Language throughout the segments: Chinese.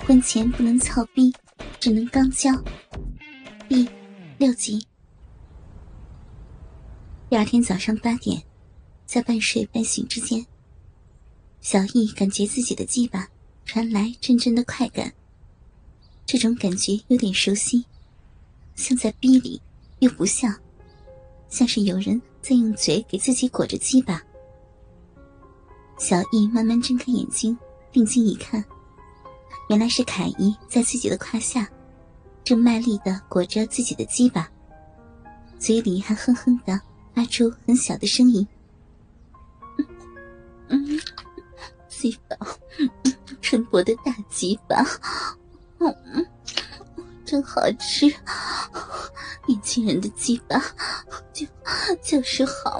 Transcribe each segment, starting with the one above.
婚前不能操逼，只能肛交。第6集。第二天早上8点，在半睡半醒之间，小易感觉自己的鸡巴传来阵阵的快感，这种感觉有点熟悉，像在逼里，又不像，像是有人在用嘴给自己裹着鸡巴。小易慢慢睁开眼睛，定睛一看，原来是凯姨在自己的胯下正卖力地裹着自己的鸡巴，嘴里还哼哼地发出很小的声音。鸡巴，纯薄的大鸡巴，真好吃，年轻人的鸡巴就是好。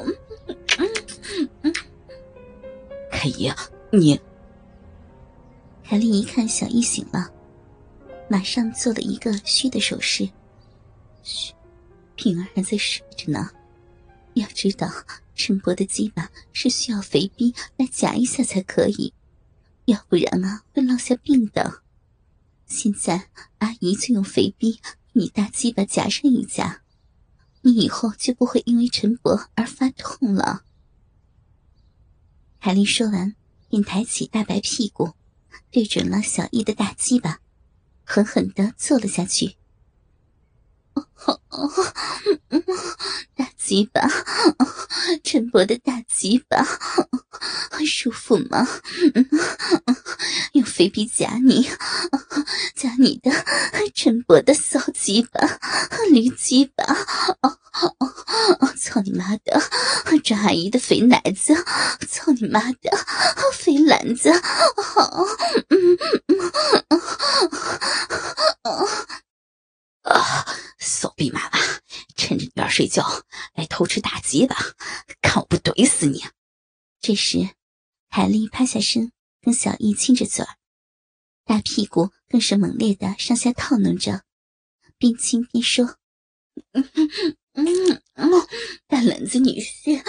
凯姨，你…… 凯莉一看小易醒了，马上做了一个嘘的手势。嘘，平儿还在睡着呢。要知道，陈伯的鸡巴是需要肥逼来夹一下才可以，要不然啊会落下病的。现在阿姨就用肥逼给你大鸡巴夹上一夹，你以后就不会因为陈伯而发痛了。海丽说完，便抬起大白屁股，对准了小易的大鸡巴，狠狠地坐了下去。大鸡巴，陈伯的大鸡巴，舒服吗？用肥逼夹你，夹你的陈伯的骚鸡巴，驴鸡巴，操你妈的，抓阿姨的肥奶子，操你妈的肥篮子， 骚逼妈妈，趁着女儿睡觉来偷吃大鸡巴，看我不怼死你！ 这时，海丽趴下身，跟小易亲着嘴儿，大屁股更是猛烈地上下套弄着，边亲边说：“大篮子女婿，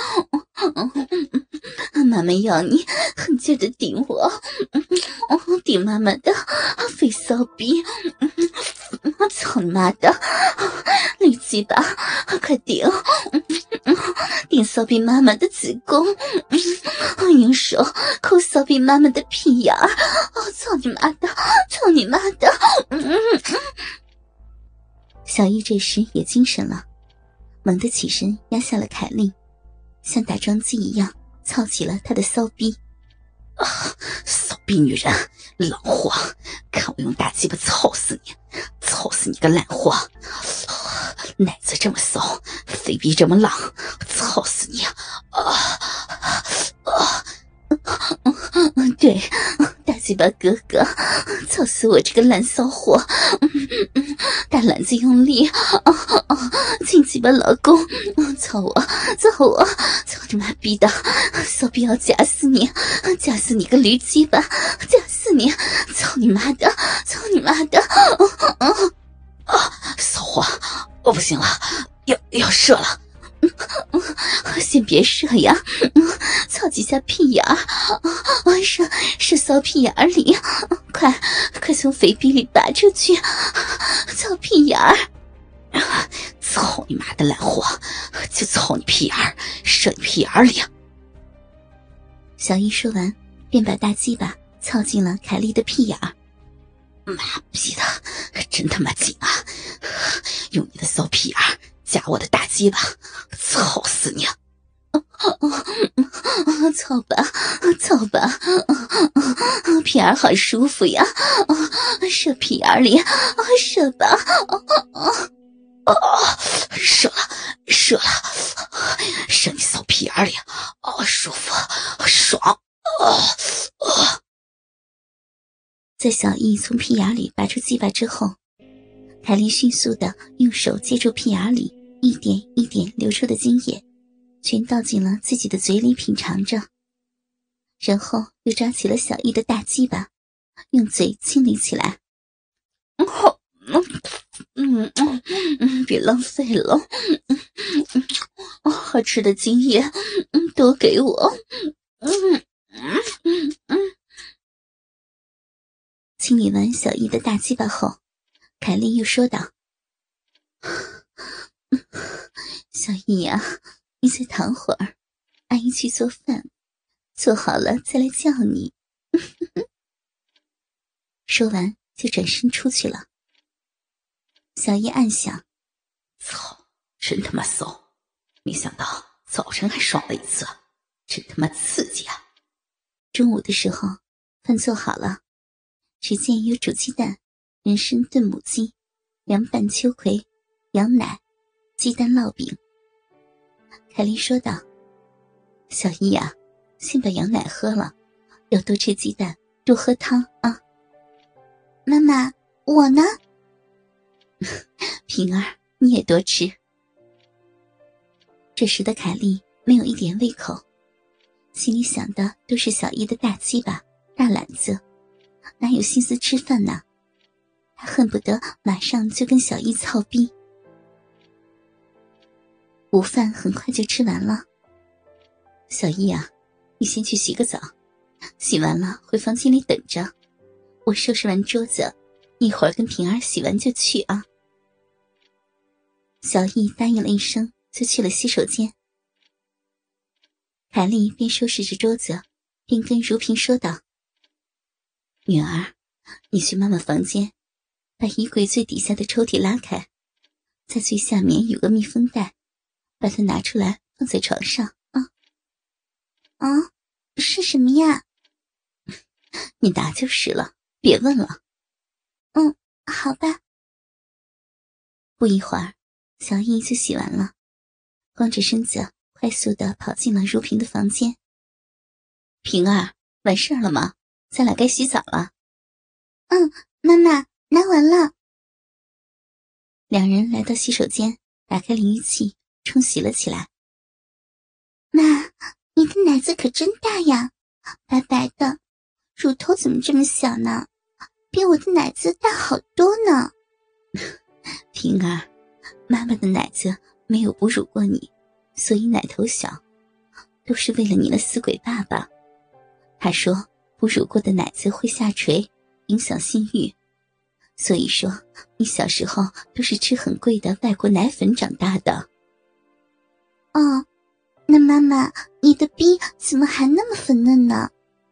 妈妈要你狠劲地顶我，顶妈妈的肥骚逼。”操你妈的，驴鸡巴，快顶！顶骚逼妈妈的子宫，用手抠骚逼妈妈的屁眼儿，操你妈的，操你妈的！小易这时也精神了，猛地起身压下了凯莉，像打桩机一样操起了她的骚逼。 骚逼女人，浪货，看我用大鸡巴操死你，操死你个烂货！奶子这么骚，肥逼这么浪，操死你！ 对，大鸡巴哥哥，操死我这个烂骚货！大篮子用力，亲鸡巴老公，操我，操我，操你妈逼的，骚逼要夹死你，夹死你个驴鸡巴，夹死你，操你妈的，操你妈的！ 骚货，我不行了，要射了。 先别射呀，操几下屁眼儿，射骚屁眼儿里，快从肥逼里拔出去，操屁眼儿！ 操你妈的烂货，就操你屁眼儿，射你屁眼儿里！ 小易说完，便把大鸡巴操进了凯莉的屁眼儿。 妈逼的，真他妈紧啊！用你的骚屁眼儿夹我的大鸡巴，操死你！ 操吧，操吧，屁眼好舒服呀！射屁眼里，射吧！ 射了，射你骚屁眼里，舒服，爽！ 在小易从屁眼里拔出鸡巴之后，凯莉迅速地用手接住屁眼里一点一点流出的精液，全倒进了自己的嘴里品尝着，然后又抓起了小易的大鸡巴，用嘴亲理起来。别浪费了，好吃的精液，多给我。 清理完小易的大鸡巴后，凯莉又说道：小易啊，你再躺会儿，阿姨去做饭，做好了再来叫你。说完就转身出去了。小易暗想： 操，真他妈骚，没想到早晨还爽了一次，真他妈刺激啊。 中午的时候，饭做好了，只见有煮鸡蛋、人参炖母鸡、凉拌秋葵、羊奶、鸡蛋烙饼。凯莉说道：小易啊，先把羊奶喝了，要多吃鸡蛋，多喝汤啊。妈妈，我呢？平儿，你也多吃。这时的凯莉没有一点胃口，心里想的都是小易的大鸡巴、大篮子，哪有心思吃饭呢？她恨不得马上就跟小易操逼。午饭很快就吃完了。小易啊，你先去洗个澡，洗完了回房间里等着，我收拾完桌子，一会儿跟平儿洗完就去啊。小易答应了一声，就去了洗手间。凯莉边收拾着桌子，边跟如萍说道：女儿，你去妈妈房间，把衣柜最底下的抽屉拉开，在最下面有个密封袋，把它拿出来放在床上啊。啊，是什么呀？你拿就是了，别问了。嗯，好吧。不一会儿，小易就洗完了，光着身子快速地跑进了如萍的房间。萍儿，完事了吗？咱俩该洗澡了。嗯，妈妈，拿完了。两人来到洗手间，打开淋浴器，冲洗了起来。妈，你的奶子可真大呀，白白的，乳头怎么这么小呢？比我的奶子大好多呢。萍儿，妈妈的奶子没有哺乳过你，所以奶头小，都是为了你的死鬼爸爸。他说哺乳过的奶子会下垂，影响性欲，所以说你小时候都是吃很贵的外国奶粉长大的。哦，那妈妈，你的逼怎么还那么粉嫩呢？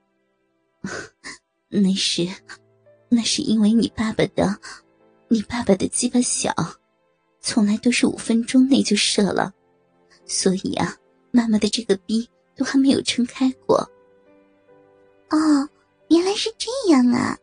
那是因为你爸爸的鸡巴小，从来都是5分钟内就射了，所以啊，妈妈的这个逼都还没有撑开过。哦，原来是这样啊。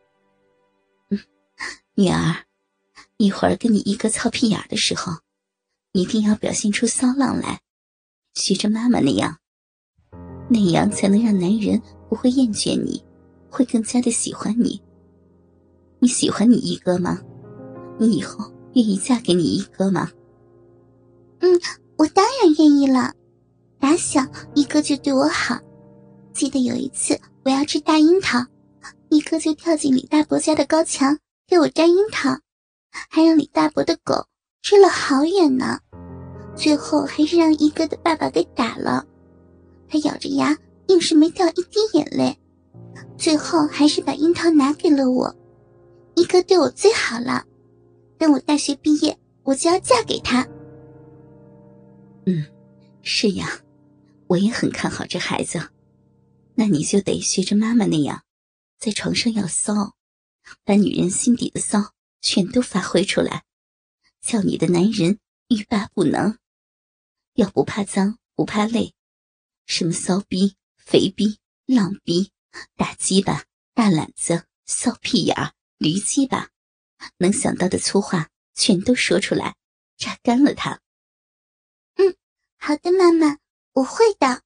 女儿，一会儿跟你一哥操屁眼的时候，一定要表现出骚浪来，学着妈妈那样才能让男人不会厌倦你，会更加的喜欢你。你喜欢你一哥吗？你以后愿意嫁给你一哥吗？我当然愿意了。打小一哥就对我好，记得有一次我要吃大樱桃，一哥就跳进李大伯家的高墙给我摘樱桃，还让李大伯的狗追了好远呢，最后还是让一哥的爸爸给打了。他咬着牙硬是没掉一滴眼泪，最后还是把樱桃拿给了我。一哥对我最好了，等我大学毕业我就要嫁给他。是呀，我也很看好这孩子。那你就得学着妈妈那样，在床上要骚，把女人心底的骚全都发挥出来，叫你的男人欲罢不能。要不怕脏，不怕累，什么骚逼、肥逼、浪逼、大鸡巴、大懒子、骚屁眼、驴鸡巴，能想到的粗话全都说出来，榨干了他。好的妈妈，我会的。